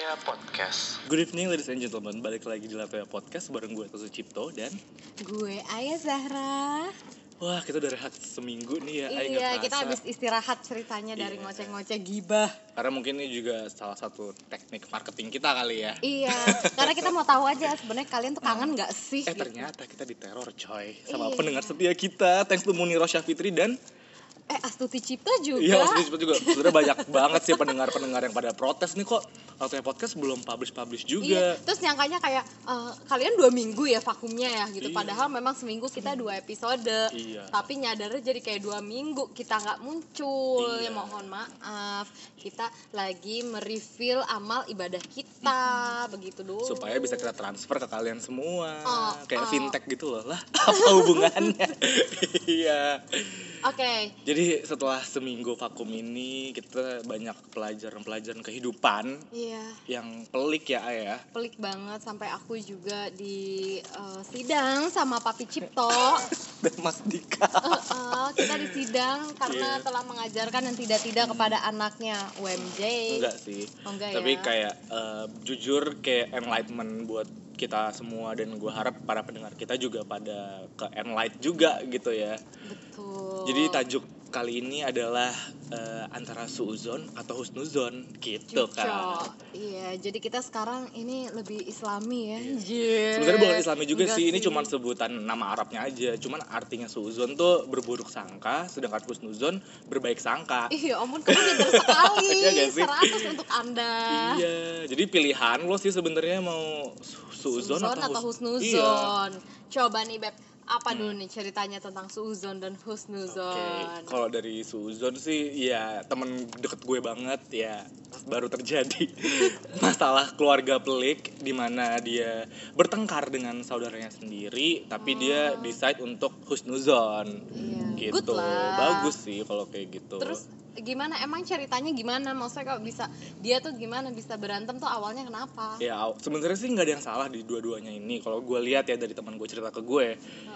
Latveia Podcast. Good evening ladies and gentlemen, balik lagi di Latveia Podcast bareng gue Tosu Cipto dan gue Aya Zahra. wah kita udah rehat seminggu nih ya. Iya, kita habis istirahat ceritanya dari ngoceh-ngoceh gibah. Karena mungkin ini juga salah satu teknik marketing kita kali ya. Iya, karena kita mau tahu aja sebenarnya kalian tuh kangen nggak sih? Ternyata kita diteror coy sama pendengar setia kita. Thanks to Muniro Syafitri dan Astuti Cipta juga. Iya, Astuti Cipta juga. Sebenarnya banyak banget sih pendengar-pendengar yang pada protes nih kok Latveia Podcast belum publish juga. Iya, terus nyangkanya kayak kalian 2 minggu ya vakumnya ya gitu. Iya. Padahal memang seminggu kita 2 episode. Iya. Tapi nyadarnya jadi kayak 2 minggu kita nggak muncul. Iya. Ya mohon maaf. Kita lagi merefill amal ibadah kita. Begitu dulu. Supaya bisa kita transfer ke kalian semua. Kayak fintech gitu loh. Lah, apa hubungannya? Iya. Oke. Jadi setelah seminggu vakum ini kita banyak pelajaran kehidupan. Iya. Yang pelik ya Ayah. Pelik banget sampai aku juga di sidang sama Papi Cipto. Dan Mas Dika. Kita di sidang karena telah mengajarkan yang tidak-tidak kepada anaknya UMJ. Enggak sih. Enggak tapi ya. kayak jujur kayak enlightenment buat kita semua dan gue harap para pendengar kita juga pada ke enlight juga gitu ya. Betul. Jadi tajuk kali ini adalah antara suuzon atau husnuzon gitu kan. Iya, jadi kita sekarang ini lebih Islami ya. Sebenarnya bukan Islami juga Enggak sih, ini cuma sebutan nama Arabnya aja. Cuman artinya suuzon tuh berburuk sangka, sedangkan husnuzon berbaik sangka. Iya, ampun kamu pintar sekali. Iya gak sih? 100 untuk Anda. Iya, jadi pilihan lo sih sebenarnya mau suuzon atau husnuzon. Iya. Coba nih Beb, apa dulu nih ceritanya tentang suuzon dan husnuzon? Oke, kalau dari suuzon sih ya temen deket gue banget ya baru terjadi masalah keluarga pelik di mana dia bertengkar dengan saudaranya sendiri tapi dia decide untuk husnuzon. Iya. Gitu. Good lah. Bagus sih kalau kayak gitu. Terus gimana emang ceritanya gimana? Maksudnya kalau bisa dia tuh gimana bisa berantem tuh awalnya kenapa? Ya sebenarnya sih nggak ada yang salah di dua-duanya ini. Kalau gue lihat ya dari teman gue cerita ke gue,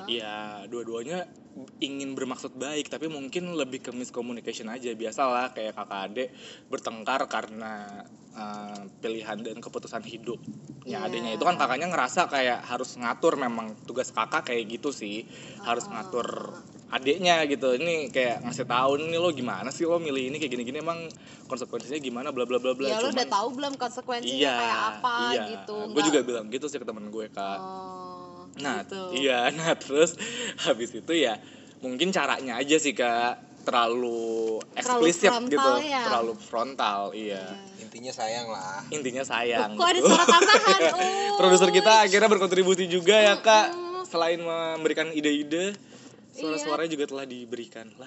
ya dua-duanya ingin bermaksud baik tapi mungkin lebih ke miscommunication aja. Biasalah kayak kakak adik bertengkar karena pilihan dan keputusan hidupnya adiknya. Itu kan kakaknya ngerasa kayak harus ngatur, memang tugas kakak kayak gitu sih, harus ngatur adiknya gitu. Ini kayak ngasih tahu nih lo gimana sih lo milih ini kayak gini-gini, emang konsekuensinya gimana bla bla bla bla. Ya lo udah tahu belum konsekuensinya kayak apa gitu. Gue juga bilang gitu sih ke temen gue Kak. Nah gitu. iya, nah terus habis itu ya mungkin caranya aja sih Kak terlalu eksplisit gitu, ya? terlalu frontal, iya. Intinya sayang lah. Intinya sayang. Kok ada suara tambahan? Produser kita akhirnya berkontribusi juga ya Kak, selain memberikan ide-ide, suara-suaranya juga telah diberikan lah.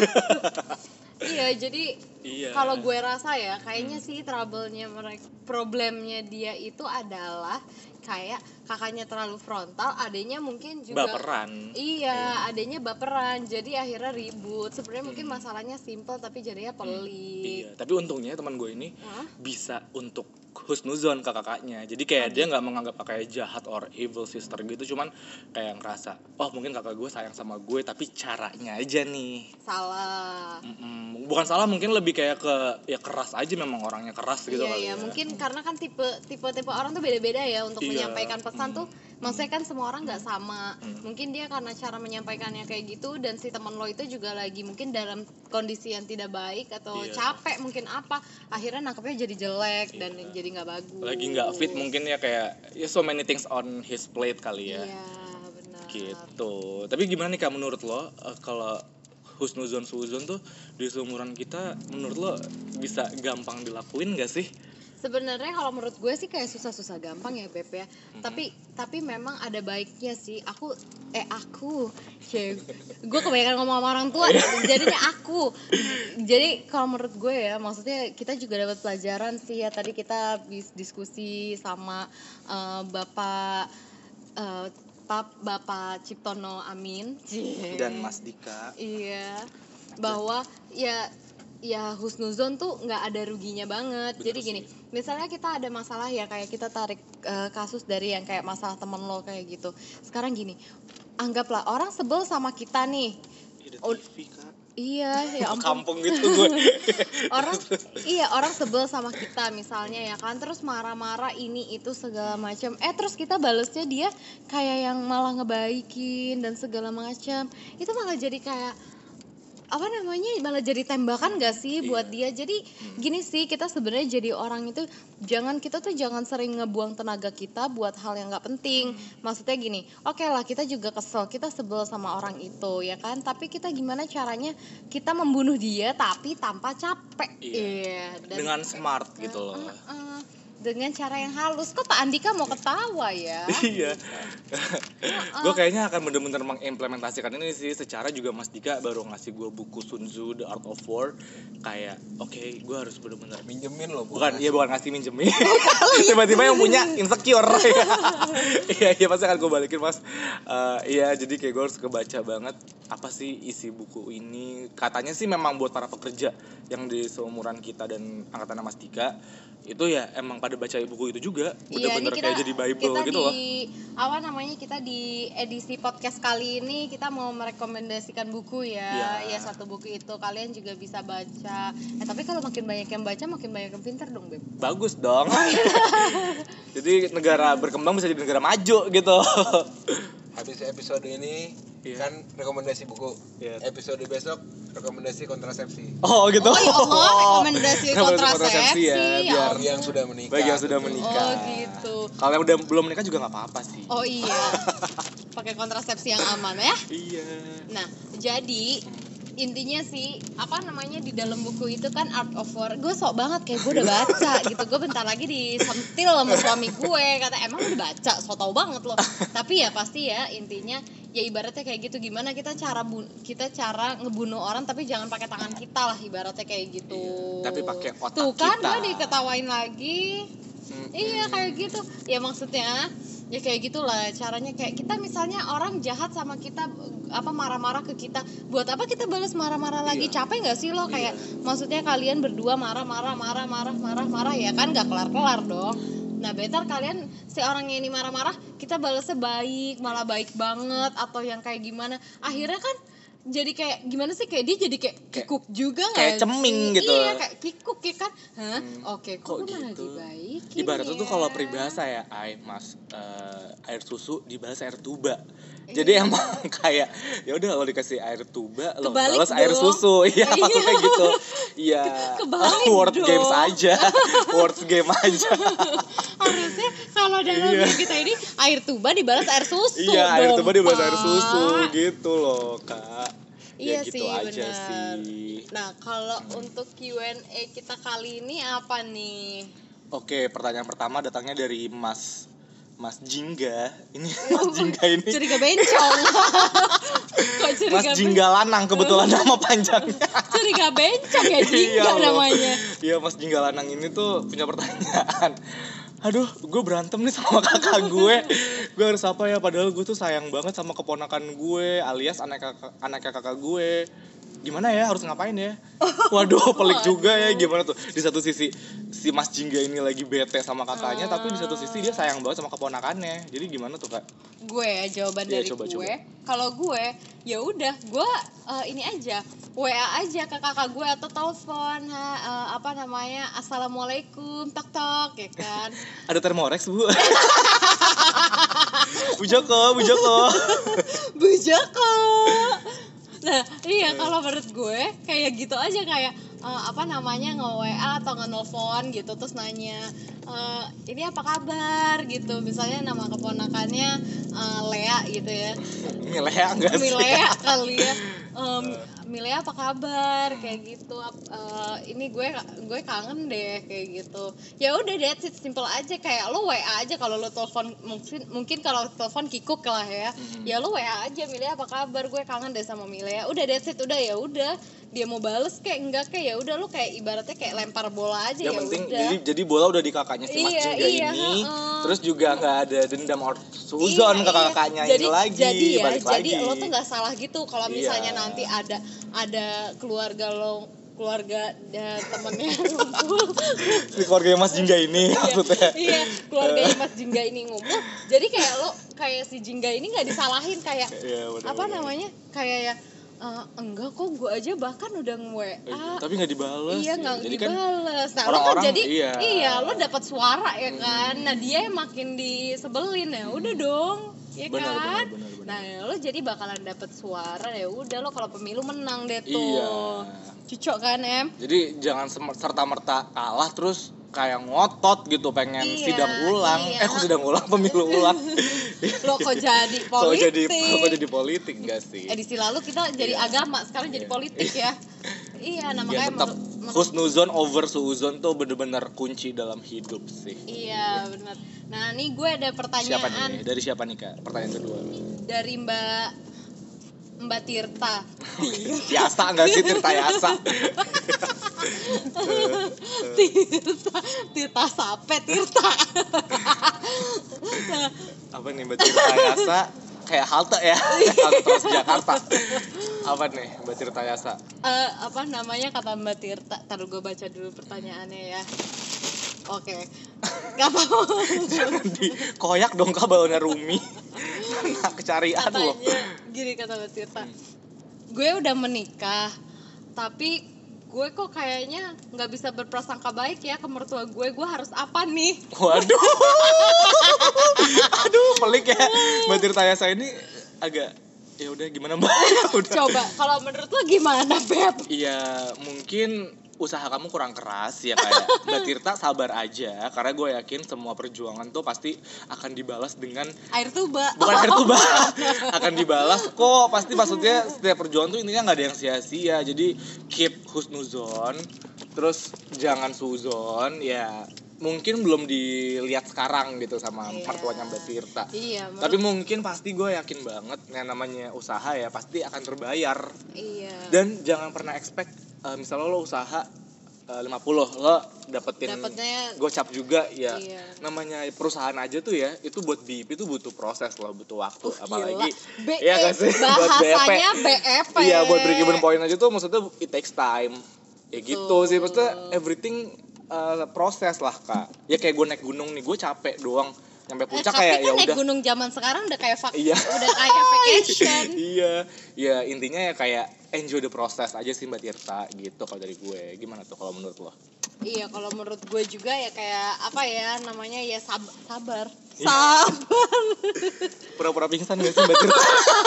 Iya, jadi kalau gue rasa ya kayaknya sih problemnya dia itu adalah kayak kakaknya terlalu frontal, adenya mungkin juga baperan. Iya, adenya baperan. Jadi akhirnya ribut. Sebenarnya mungkin masalahnya simple tapi jadinya pelik. Iya, tapi untungnya teman gue ini bisa untuk husnuzon ke kakaknya. Jadi kayak dia enggak menganggap kakaknya jahat or evil sister gitu, cuman kayak ngerasa, "Oh, mungkin kakak gue sayang sama gue, tapi caranya aja nih salah." Bukan salah, mungkin lebih kayak ke ya keras aja, memang orangnya keras gitu kali ya. Iya, mungkin karena kan tipe orang tuh beda-beda ya untuk menyampaikan pesan tuh. Maksudnya kan semua orang nggak sama. Mungkin dia karena cara menyampaikannya kayak gitu dan si teman lo itu juga lagi mungkin dalam kondisi yang tidak baik atau capek mungkin apa, akhirnya nangkepnya jadi jelek dan jadi nggak bagus. Lagi nggak fit mungkin ya, kayak ya so many things on his plate kali ya. Iya, benar. Gitu. Tapi gimana nih Kak menurut lo kalau husnuzon suuzon tuh di seumuran kita menurut lo bisa gampang dilakuin gak sih? Sebenarnya kalau menurut gue sih kayak susah-susah gampang ya Beb ya. Tapi memang ada baiknya sih. Gue kebanyakan ngomong sama orang tua jadinya aku. Jadi kalau menurut gue ya, maksudnya kita juga dapat pelajaran sih ya. Tadi kita diskusi sama Bapak Ciptono Amin dan Mas Dika. Iya, bahwa ya husnuzon tuh nggak ada ruginya banget. Betul. Jadi gini, misalnya kita ada masalah ya, kayak kita tarik kasus dari yang kayak masalah temen lo kayak gitu. Sekarang gini, anggaplah orang sebel sama kita nih. TV, Kak. Iya, ya ampun. Kampung gitu gue. Orang sebel sama kita misalnya ya kan, terus marah-marah ini itu segala macam. Terus kita balesnya dia kayak yang malah ngebaikin dan segala macam. Itu malah jadi kayak malah jadi tembakan gak sih buat dia. Jadi gini sih, kita sebenarnya jadi orang itu kita tuh jangan sering ngebuang tenaga kita buat hal yang nggak penting. Maksudnya gini, oke lah kita juga kesel, kita sebel sama orang itu ya kan, tapi kita gimana caranya kita membunuh dia tapi tanpa capek. Dengan smart gitu loh. Dengan cara yang halus. Kok Pak Andika mau ketawa ya? Iya. Gue kayaknya akan bener-bener mengimplementasikan ini sih. Secara juga Mas Dika baru ngasih gue buku Sun Tzu The Art of War. Kayak oke, gue harus bener-bener minjemin loh. Bukan ngasih minjemin. Tiba-tiba yang punya insecure. Iya pasti akan gue balikin Mas. Iya, jadi kayak gue harus kebaca banget apa sih isi buku ini. Katanya sih memang buat para pekerja yang di seumuran kita dan angkatan Mas Dika. Itu ya emang pada baca buku itu juga, bener-bener kayak jadi Bible gitu loh. Kita di edisi podcast kali ini kita mau merekomendasikan buku ya. Ya satu buku itu kalian juga bisa baca. Tapi kalau makin banyak yang baca makin banyak yang pintar dong, Beb. Bagus dong. Jadi negara berkembang bisa jadi negara maju gitu. Habis episode ini kan rekomendasi buku. Episode besok rekomendasi kontrasepsi. Oh gitu. Rekomendasi kontrasepsi ya, biar bagi yang sudah menikah. Bagi yang sudah menikah. Oh gitu. Kalau yang udah belum menikah juga nggak apa-apa sih. Oh iya. Pakai kontrasepsi yang aman ya. Iya. Nah, jadi intinya sih di dalam buku itu kan Art of War. Gue sok banget kayak gue udah baca gitu. Gue bentar lagi disentil sama suami gue, kata emang udah baca, so tau banget loh. Tapi ya pasti ya intinya ya ibaratnya kayak gitu, gimana kita cara ngebunuh orang tapi jangan pakai tangan kita lah, ibaratnya kayak gitu. Tapi pakai otak tuh kan kita. gue diketawain lagi. Iya kayak gitu. Ya maksudnya ya kayak gitulah caranya. Kayak kita misalnya orang jahat sama kita marah-marah ke kita, buat apa kita balas marah-marah lagi? Capek nggak sih lo kayak maksudnya kalian berdua marah-marah ya kan, nggak kelar-kelar dong. Nah better kalian si orangnya ini marah-marah kita balasnya baik, malah baik banget, atau yang kayak gimana akhirnya kan jadi kayak gimana sih, kayak dia jadi kayak kikuk juga nggak? Kayak ceming gitu. Iya kayak kikuk ya kan. Oke, kok gitu. malah dibaikin. Ibaratnya ya? tuh kalau peribahasa ya, air susu dibahas air tuba. Jadi emang kayak ya udah kalau dikasih air tuba lo balas air susu. Iya maksudnya gitu. Iya. Word dong. games aja. Word game aja. Harusnya kalau dalam kita ini air tuba dibalas air susu. Iya, dong, air tuba dibalas Pak. air susu gitu loh, Kak. Iya gitu sih, aja benar. sih. Nah, kalau untuk Q&A kita kali ini apa nih? Oke, pertanyaan pertama datangnya dari Mas Jingga. Ini Mas Jingga ini. Curiga bencong. Kok curiga Mas Jingga Lanang kebetulan nama panjangnya. Curiga bencong ya Jingga namanya. Iya, Mas Jingga Lanang ini tuh punya pertanyaan. Aduh, gue berantem nih sama kakak gue. Gue harus apa ya? Padahal gue tuh sayang banget sama keponakan gue, alias anaknya kakak gue. Gimana ya, harus ngapain ya? Waduh, pelik juga ya. Gimana tuh? Di satu sisi si Mas Jingga ini lagi bete sama kakaknya, tapi di satu sisi dia sayang banget sama keponakannya. Jadi gimana tuh, Kak? Gue ya, jawaban dari coba. Kalau gue ya udah, gue ini aja WA aja ke kakak gue atau telepon assalamualaikum tok ya kan. Ada Thermorex, Bu. Bu Joko. Nah iya, kalau menurut gue kayak gitu aja, kayak nge-WA atau nge-nelfon gitu, terus nanya ini apa kabar gitu, misalnya nama keponakannya Lea gitu ya. Milea enggak sih? Milea kali ya. Milea apa kabar kayak gitu. Ini gue kangen deh kayak gitu. Ya udah, that's it, simple aja. Kayak lo WA aja. Kalau lo telepon mungkin kalau telepon kikuk lah ya. Ya lo WA aja, Milea apa kabar, gue kangen deh sama Milea. Udah, that's it. Udah ya udah. Dia mau bales kayak enggak kayak ya udah, lo kayak ibaratnya kayak lempar bola aja ya penting, udah. Jadi bola udah di kakaknya si Mas Jingga ini. Terus juga enggak ada dendam or suzon ke kakaknya ini lagi. Jadi lo tuh enggak salah gitu kalau misalnya nanti ada keluarga temennya ngumpul. Si keluarga Mas Jingga ini maksudnya. Iya, keluarganya Mas Jingga ini ngumpul. Jadi kayak si Jingga ini nggak disalahin kayak kayak ya Enggak kok, gue aja bahkan udah nge-WA tapi nggak dibales. iya nggak jadi dibales. Kan nah orang-orang, lo kan jadi iya. lo dapat suara ya kan. Nah dia yang makin disebelin ya udah dong ya kan. Benar. Nah lo jadi bakalan dapat suara ya udah lo kalau pemilu menang deh tuh. Iya. Cocok kan Jadi jangan serta-merta kalah terus kayak ngotot gitu pengen sidang ulang. Kok sidang ulang, pemilu ulang. Lo kok jadi politik? Kok jadi politik enggak sih? Edisi lalu kita jadi agama, sekarang jadi politik ya. Iya, nah makanya tetap husnuzon over suuzon tuh bener-bener kunci dalam hidup sih. Iya, benar. Nah, nih gue ada pertanyaan. Siapa nih? Dari siapa nih, Kak? Pertanyaan kedua. Dari Mbak Tirta. Yasa enggak sih Tirta Yasa? Tirta sape Tirta. Apa nih Mbak Tirta Yasa? Kayak halte ya, halte Transjakarta. Apa nih Mbak Tirta Yasa? Apa namanya kata Mbak Tirta? Taruh gue baca dulu pertanyaannya ya. Oke. Gak apa-apa. Jangan dikoyak dong Kak balonnya Rumi. Nah, kecarian loh. Gini kata Mbak Tirta. Gue udah menikah, tapi gue kok kayaknya nggak bisa berprasangka baik ya ke mertua gue harus apa nih? Waduh. Aduh, pelik ya. Mbak Tirta Yasa ini agak ya udah gimana Mbak? Udah. Coba kalau menurut lo gimana, Beb? Iya, mungkin usaha kamu kurang keras ya kayak Mbak Tirta, sabar aja karena gue yakin semua perjuangan tuh pasti akan dibalas dengan air tuba. Bukan air tuba. Akan dibalas kok, pasti maksudnya setiap perjuangan tuh intinya nggak ada yang sia-sia. Jadi keep husnuzon, terus jangan suzon ya. Mungkin belum dilihat sekarang gitu sama mertuanya Mbak Tirta. Iya. Tapi mungkin pasti gue yakin banget yang namanya usaha ya pasti akan terbayar. Iya. Dan jangan pernah expect misalnya lo usaha 50 lo dapetnya gocap juga ya. Iya. Namanya perusahaan aja tuh ya itu buat BIP itu butuh proses loh, butuh waktu apalagi ya gak sih buat BEP. Iya, buat break even point aja tuh maksudnya it takes time. Ya gitu sih, maksudnya everything proses lah Kak. Ya kayak gue naik gunung nih, gue capek doang sampai puncak kayak ya udah. Naik gunung zaman sekarang udah kayak udah kayak vacation. Iya, intinya ya kayak enjoy the process aja sih Mbak Tirta gitu kalau dari gue. Gimana tuh kalau menurut lo? Iya, kalau menurut gue juga ya kayak apa ya namanya ya sabar. Pura-pura pingsan gak sih Mbak Tirta?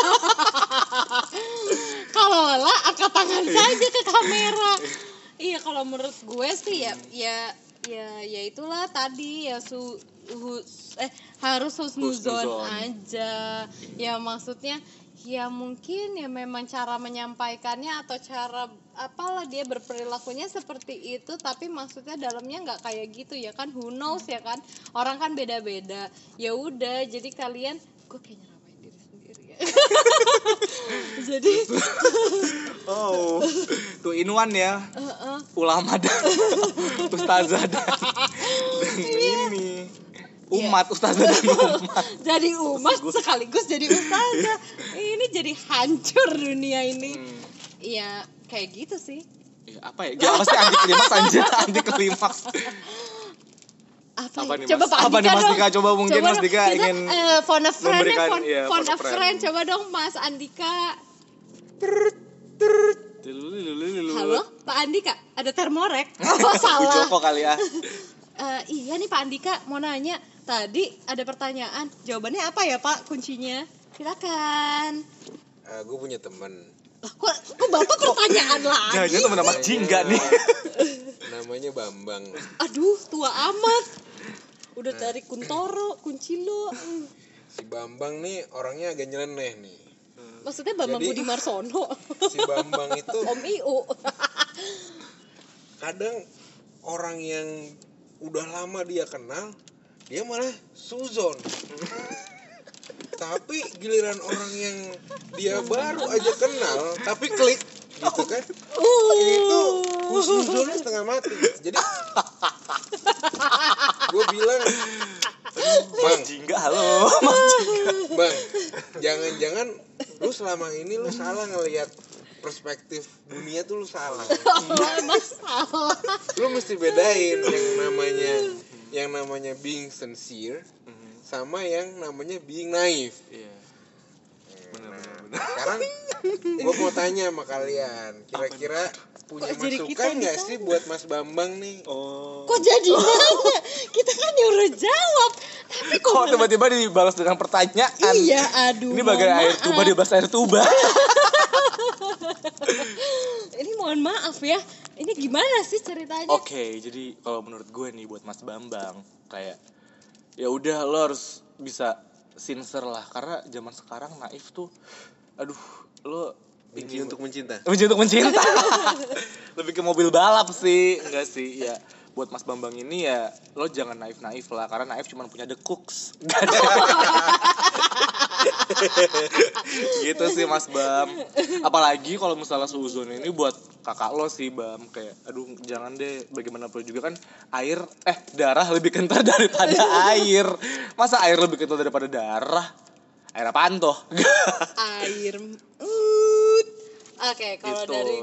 Kalau lelah angkat tangan saja ke kamera. Iya, kalau menurut gue sih ya itulah tadi ya harus husnuzon aja. Ya maksudnya ya mungkin ya memang cara menyampaikannya atau cara apalah dia berperilakunya seperti itu, tapi maksudnya dalamnya nggak kayak gitu ya kan, who knows ya kan, orang kan beda-beda. Ya udah, jadi kalian gue kayaknya ramain diri sendiri ya. Jadi tuh in one ya. Ulama dan ustazah dan ini umat, ustazah dan umat. Jadi umat sekaligus jadi ustazah. Ini jadi hancur dunia ini. Iya, kayak gitu sih. Ya, apa ya? Apa sih anti klimaks anti klimaks? Apa nih, coba Pak Andika Mas Dika, coba mungkin Mas Dika ingin phone a friend, phone a friend. Coba dong Mas Andika. Halo, Pak Andika, ada termorek. Oh, salah. Joko kali ya. Iya nih Pak Andika, mau nanya. Tadi ada pertanyaan. Jawabannya apa ya Pak kuncinya? Silakan. Gue punya temen. Kok Bapak pertanyaan lagi? Jangan temen nama Jingga nih. Namanya Bambang. Aduh, tua amat. Udah dari Kuntoro, Kuncilo. Si Bambang nih orangnya agak nyeleneh nih. Maksudnya Bambang Budi Marsono. Si Bambang itu Om Iu. Kadang orang yang udah lama dia kenal, dia malah suzon. Tapi giliran orang yang dia baru aja kenal tapi klik gitu kan, itu husnuzonnya setengah mati. Jadi gue bilang, Bang Jingga, halo Mas Jingga. Bang, jangan-jangan lu selama ini lu salah ngelihat perspektif dunia tuh, lu salah. Emang salah. Lu mesti bedain yang namanya being sincere sama yang namanya being naive. Iya. Benar. Sekarang Gue mau tanya sama kalian, kira-kira punya Kok jadi masukan kita nggak ditanya? sih buat Mas Bambang nih? Oh. Kok jadi nanya? Kita kan nyuruh jawab. Tapi kok Kok malah- tiba-tiba dibalas dengan pertanyaan? Iya, aduh. Ini bagai mohon air maaf. tuba dibalas air tuba. Ini mohon maaf ya. Ini gimana sih ceritanya? Oke, jadi kalau menurut gue nih buat Mas Bambang kayak ya udah lo harus bisa sincere lah karena zaman sekarang naif tuh aduh lo Benci untuk mencinta. benci untuk mencinta. Lebih ke mobil balap sih, enggak sih ya. Buat Mas Bambang ini ya lo jangan naif-naif lah karena naif cuma punya the cooks. Gak ada. Gitu sih Mas Bam. Apalagi kalau misalnya seuzon ini buat kakak lo sih Bam kayak aduh jangan deh bagaimanapun juga kan darah lebih kental daripada air. Masa air lebih kental daripada darah? Air apaan toh? Air. Oke, kalau Gitu. dari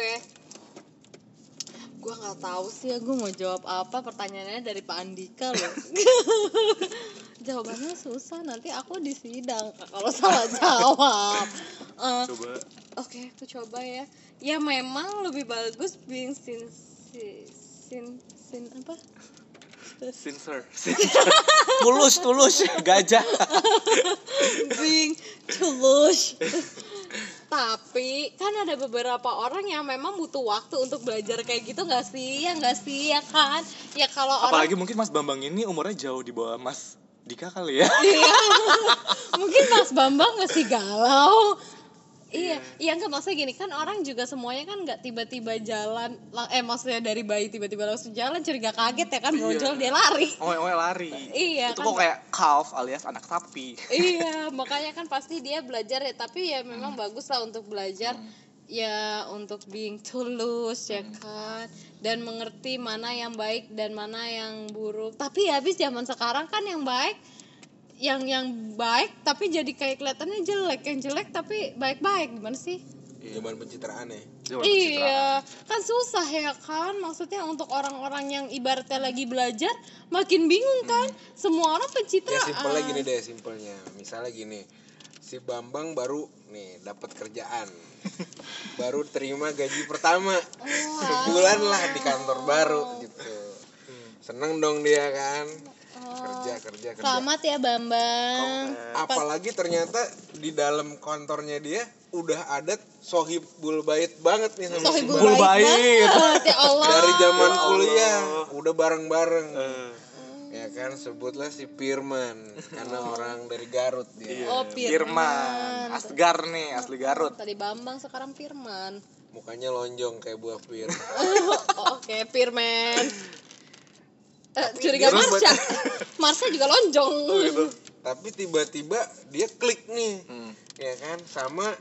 gue nggak tahu sih ya gue mau jawab apa. Pertanyaannya dari Pak Andika loh. Jawabannya susah, nanti aku disidang kalau salah jawab. Coba. Oke, aku coba ya. Ya memang lebih bagus being apa? Sincere. Tulus gajah. Being tulus. Tapi kan ada beberapa orang yang memang butuh waktu untuk belajar kayak gitu nggak sih? Ya nggak sih, ya kan? Ya kalau Apalagi orang mungkin Mas Bambang ini umurnya jauh di bawah Mas Dika kali ya. Iya. Mungkin Mas Bambang masih galau. Iya nggak, maksudnya gini kan orang juga semuanya kan nggak tiba-tiba jalan, maksudnya dari bayi tiba-tiba langsung jalan, curiga kaget ya kan, brojol dia lari. Oh lari. Iya Itu kan. kok kayak calf alias anak sapi. Iya, makanya kan pasti dia belajar ya, tapi ya memang bagus lah untuk belajar ya untuk being tulus ya kan, dan mengerti mana yang baik dan mana yang buruk. Tapi habis zaman sekarang kan yang baik yang baik tapi jadi kayak kelihatannya jelek, yang jelek tapi baik-baik, gimana sih? Zaman pencitraan ya. Iya, kan susah ya kan, maksudnya untuk orang-orang yang ibaratnya lagi belajar makin bingung kan, semua orang pencitraan. Ya simpelnya gini deh, simpelnya. Misalnya gini, si Bambang baru nih dapat kerjaan. Baru terima gaji pertama. Sebulan lah di kantor baru gitu. Seneng dong dia kan. Kerja. Selamat ya Bambang. Apalagi ternyata di dalam kantornya dia udah ada sohibul bait banget nih sama si Sohibul Bambang. baik banget, ya Allah. Dari zaman kuliah udah bareng-bareng. Ya kan, sebutlah si Firman karena orang dari Garut dia. Oh, Firman. Asgar nih, asli Garut. Tadi Bambang, sekarang Firman. Mukanya lonjong kayak buah pir. Oke, Firman. Curiga Marsha. Marsha juga lonjong. Tapi tiba-tiba dia klik nih. Ya kan, sama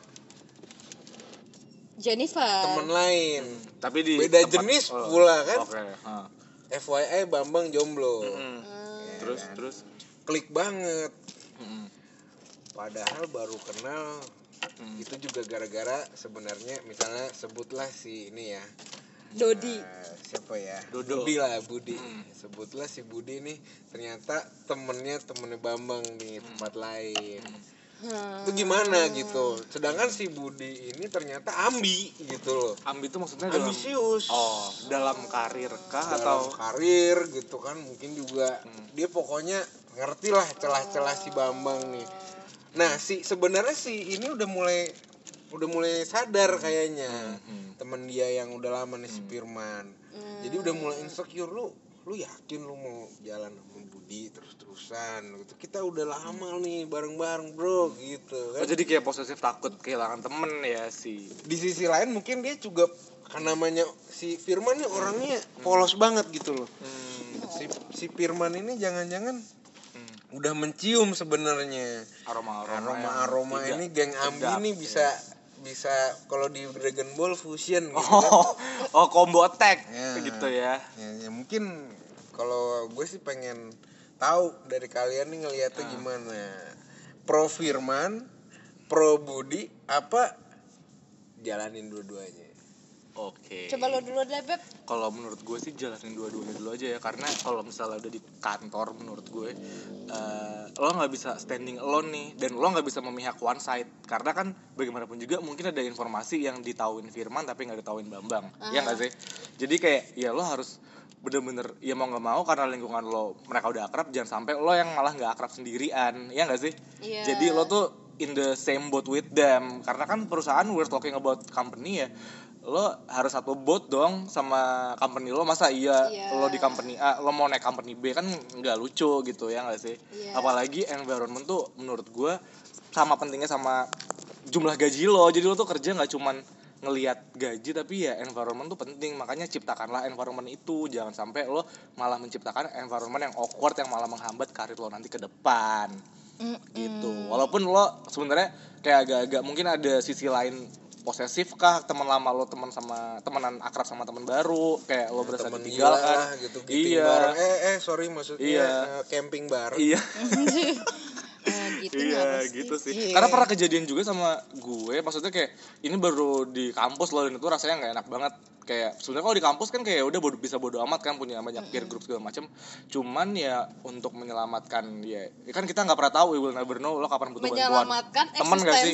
Jennifer. temen lain. Tapi di Beda tempat- jenis pula kan. Oke. FYI Bambang jomblo. Terus. Klik banget. Padahal baru kenal. Itu juga gara-gara sebenarnya misalnya sebutlah si ini ya. Dodi. Siapa ya? Dodo. Budi. Sebutlah si Budi nih ternyata temennya Bambang di tempat lain. Itu gimana gitu. Sedangkan si Budi ini ternyata ambi gitu loh. Ambi itu maksudnya dalam Ambisius. dalam karir kah Dalam atau karir gitu kan, mungkin juga dia pokoknya ngerti lah celah-celah si Bambang nih. Nah, sebenarnya si ini udah mulai sadar kayaknya. Temen dia yang udah lama nih si Firman. Jadi udah mulai insecure, lu yakin lu mau jalan sama Budi terus-terusan gitu. Kita udah lama nih bareng-bareng, Bro, gitu kan. jadi kayak posesif takut kehilangan temen ya sih. Di sisi lain mungkin dia juga kan namanya si Firman nih orangnya polos banget gitu loh. Si Firman ini jangan-jangan udah mencium sebenarnya aroma ini geng ambi ini bisa kalau di Dragon Ball fusion gitu kan. Combo attack Ya. gitu ya. Ya mungkin kalau gue sih pengen tahu dari kalian nih ngelihatnya gimana, pro Firman, pro Budi, apa jalanin dua-duanya? Oke. Coba lo dulu deh, Beb. Kalau menurut gue sih jalanin dua-duanya dulu aja ya, karena kalau misalnya udah di kantor menurut gue lo nggak bisa standing alone nih, dan lo nggak bisa memihak one side, karena kan bagaimanapun juga mungkin ada informasi yang ditauin Firman tapi nggak ditauin Bambang, ya nggak sih? Jadi kayak ya lo harus bener-bener ya mau nggak mau, karena lingkungan lo mereka udah akrab, jangan sampai lo yang malah nggak akrab sendirian, ya nggak sih? Iya. Jadi lo tuh in the same boat with them, karena kan perusahaan we're talking about company ya, lo harus satu boat dong sama company lo. Masa iya lo di company A lo mau naik company B, kan nggak lucu gitu, ya nggak sih? Apalagi environment tuh menurut gue sama pentingnya sama jumlah gaji lo. Jadi lo tuh kerja nggak cuman ngelihat gaji, tapi ya environment tuh penting. Makanya ciptakanlah environment itu, jangan sampai lo malah menciptakan environment yang awkward yang malah menghambat karir lo nanti ke depan. Gitu. Walaupun lo sebenarnya kayak agak-agak mungkin ada sisi lain posesif kah, teman lama lo temenan akrab sama teman baru, kayak lo berasa ditinggalkan gitu, iya bareng. Sorry maksudnya camping bareng. Iya. Gitu iya gitu sih. Karena pernah kejadian juga sama gue, maksudnya kayak ini baru di kampus loh, dan itu rasanya nggak enak banget. Kayak sebenarnya kalau di kampus kan kayak udah bisa bodo amat kan, punya banyak peer group segala macam. Cuman ya untuk menyelamatkan ya kan kita nggak pernah tahu, we will never know lo kapan butuh bantuan teman nggak sih.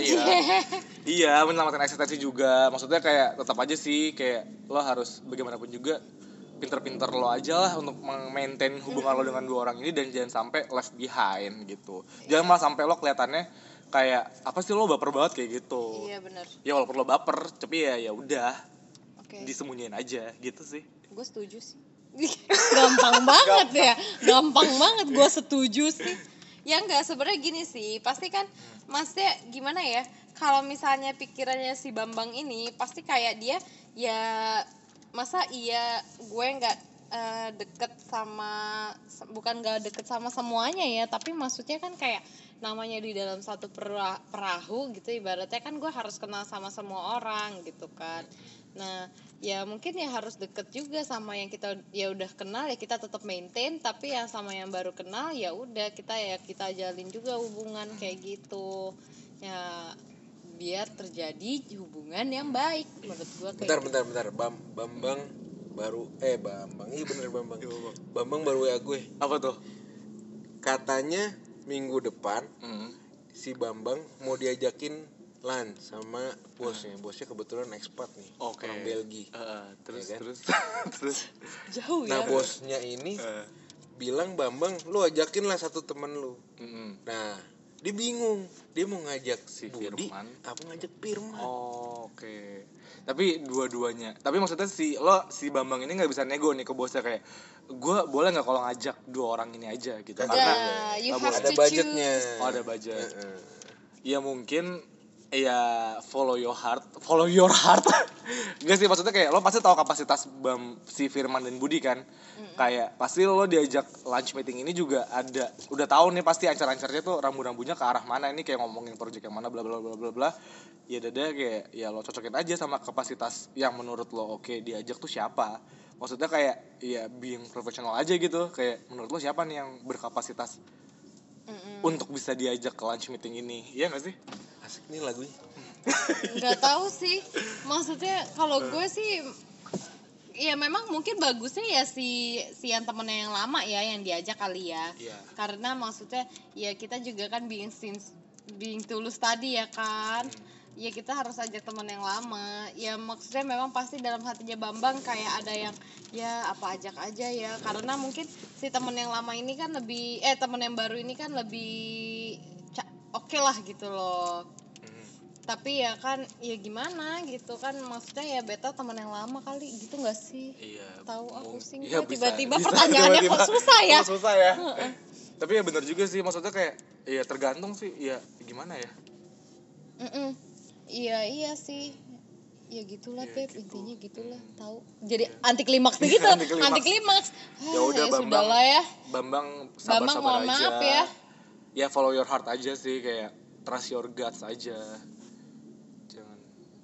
Iya menyelamatkan eksistensi juga. Maksudnya kayak tetap aja sih kayak lo harus bagaimanapun juga pinter-pinter lo aja lah untuk maintain hubungan lo dengan dua orang ini, dan jangan sampai left behind gitu. Jangan malah sampai lo kelihatannya kayak apa sih, lo baper banget kayak gitu. Iya benar. Ya walaupun lo baper, tapi ya udah disembunyiin aja gitu sih. Gue setuju sih. Gampang banget ya. Gampang banget gue setuju sih. Ya enggak, sebenarnya gini sih, pasti kan maksudnya gimana ya, kalau misalnya pikirannya si Bambang ini pasti kayak dia ya, masa iya gue nggak deket sama, bukan nggak deket sama semuanya ya, tapi maksudnya kan kayak namanya di dalam satu perahu gitu, ibaratnya kan gue harus kenal sama semua orang gitu kan. Nah ya mungkin ya harus deket juga sama yang kita ya udah kenal, ya kita tetap maintain, tapi yang sama yang baru kenal ya udah kita jalin juga hubungan kayak gitu ya, biar terjadi hubungan yang baik menurut gue kayak bentar. Bambang baru Bambang. Iya bener Bambang. Bambang baru WA gue. Apa tuh? Katanya minggu depan si Bambang mau diajakin lunch sama bosnya. Bosnya kebetulan expat nih, orang Belgia. Terus ya kan? terus jauh ya. Nah bosnya ini bilang, Bambang lu ajakin lah satu temen lu. Nah dia bingung, dia mau ngajak si Budi Firman apa ngajak Firman. Oke. Tapi dua-duanya. Tapi maksudnya si Bambang ini nggak bisa nego nih ke bosnya kayak, gue boleh nggak kalau ngajak dua orang ini aja gitu. Karena ada budgetnya. Oh ada budget. Ya mungkin ya follow your heart. Gak sih, maksudnya kayak lo pasti tahu kapasitas si Firman dan Budi kan. Kayak pasti lo diajak lunch meeting ini juga udah tahu nih pasti ancar-ancarnya tuh rambu-rambunya ke arah mana, ini kayak ngomongin project yang mana bla bla bla bla bla. Ya dadah kayak ya lo cocokin aja sama kapasitas yang menurut lo oke diajak tuh siapa. Maksudnya kayak ya being professional aja gitu. Kayak menurut lo siapa nih yang berkapasitas untuk bisa diajak ke lunch meeting ini. Iya gak sih? Asik nih lagunya. Nggak tahu sih, maksudnya kalau gue sih ya memang mungkin bagusnya ya si yang temennya yang lama ya yang diajak kali ya. Karena maksudnya ya kita juga kan being tulus tadi ya kan. Ya kita harus ajak teman yang lama. Ya maksudnya memang pasti dalam hatinya Bambang kayak ada yang ya apa ajak aja ya, karena mungkin si teman yang lama ini kan lebih teman yang baru ini kan lebih oke lah gitu loh. Tapi ya kan ya gimana gitu kan, maksudnya ya beta teman yang lama kali gitu nggak sih? Iya. Tahu aku sih ya, tiba-tiba pertanyaannya kok susah ya. Susah ya. Tapi ya benar juga sih, maksudnya kayak ya tergantung sih ya gimana ya. Iya sih. Ya gitulah Beb, intinya gitulah, tahu. Jadi anti klimaks begitu. Anti klimaks. Ya udah Bambang. Sudahlah ya. Bambang sabar-sabar mohon aja. Maaf ya. Ya follow your heart aja sih, kayak trust your guts aja. Jangan.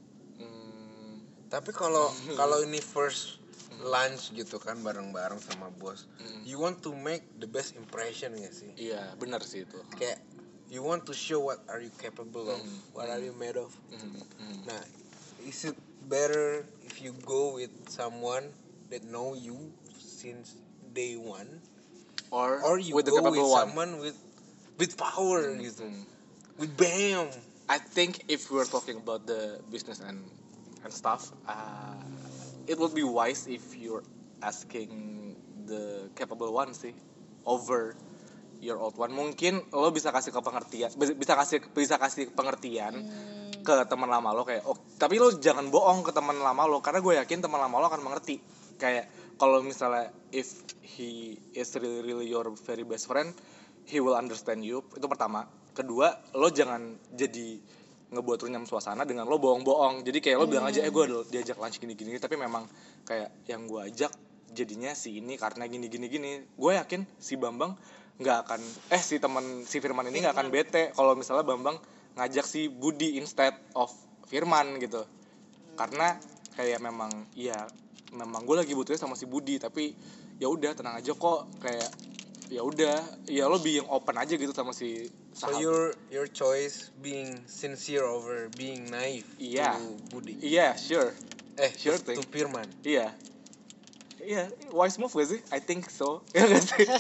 Tapi kalau ini first lunch gitu kan bareng-bareng sama bos, you want to make the best impression gak sih? Iya, benar sih itu. Kayak you want to show what are you capable of, what are you made of. Nah, is it better if you go with someone that know you since day one, or you with the go with capable one. someone with power gitu, with bam. I think if we're talking about the business and stuff, it would be wise if you're asking the capable one sih over your old one. Mungkin lo bisa kasih pengertian ke teman lama lo kayak, tapi lo jangan bohong ke teman lama lo, karena gue yakin teman lama lo akan mengerti. Kayak kalau misalnya if he is really your very best friend, he will understand you. Itu pertama. Kedua, lo jangan jadi ngebuat runyam suasana dengan lo bohong-bohong. Jadi kayak lo bilang aja, gue diajak lunch gini-gini, tapi memang kayak yang gue ajak jadinya si ini karena gini. Gue yakin si Bambang nggak akan, si Firman ini nggak akan bete kalau misalnya Bambang ngajak si Budi instead of Firman gitu. Karena kayak memang gue lagi butuhnya sama si Budi, tapi ya udah tenang aja kok, kayak ya udah, ya lo being open aja gitu sama si sahabat. So your choice being sincere over being naive to Budi. Iya, sure. Sure to Firman. Iya, wise move gak sih? I think so. Ya gak sih?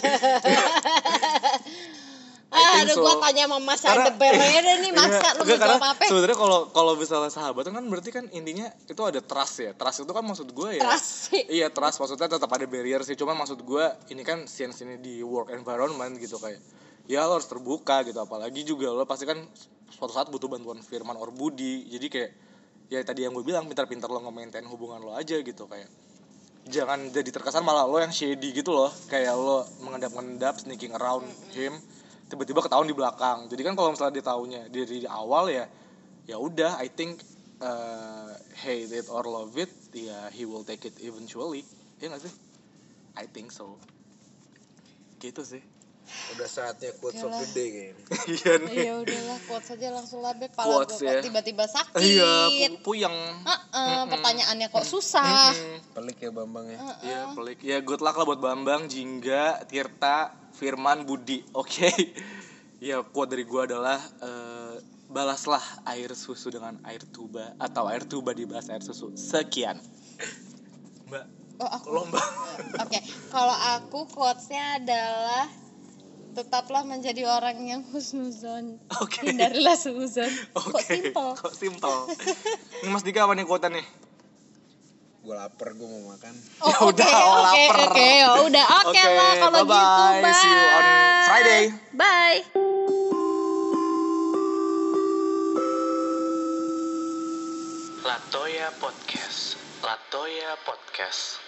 Aduh, so. Gua tanya sama Mas Aldebaran deh nih, Mas, lu mau jawab apa? Sebenarnya kalau misalnya sahabatan kan berarti kan intinya itu ada trust ya. Trust itu kan maksud gue ya. Trust. Iya, trust maksudnya tetap ada barrier sih. Cuman maksud gue ini kan science ini di work environment gitu, kayak ya lo harus terbuka gitu. Apalagi juga lo pasti kan suatu saat butuh bantuan Firman or Budi. Jadi kayak ya tadi yang gue bilang, pintar-pintar lo nge-maintain hubungan lo aja gitu, kayak jangan jadi terkesan malah lo yang shady gitu loh. Kayak lo mengendap-endap sneaking around him, tiba-tiba ketahuan di belakang. Jadi kan kalau misalnya dia taunya dari awal ya udah, I think hate it or love it, ya he will take it eventually. Ya nggak sih? I think so. Gitu sih. Udah saatnya quotes of the day kayaknya. Iya nih. Ya udahlah, quotes aja langsung lah, Beb. Pala gue kok tiba-tiba sakit. Iya, puyeng. Pertanyaannya kok susah. Pelik ya Bambang ya. Iya, pelik. Ya good luck lah buat Bambang, Jingga, Tirta, Firman, Budi. Oke. Ya quote dari gue adalah balaslah air susu dengan air tuba, atau air tuba dibalas air susu. Sekian. Mbak. Aku lomba. Oke, kalau aku quotesnya adalah tetaplah menjadi orang yang husnuzon. Hindarilah suuzon. Kok simple. Ini Mas Dika apa nih quote nih? Gue lapar, gue mau makan. Oke, udah oke lah kalau gitu. Bye. See you on Friday. Bye. Latoya Podcast.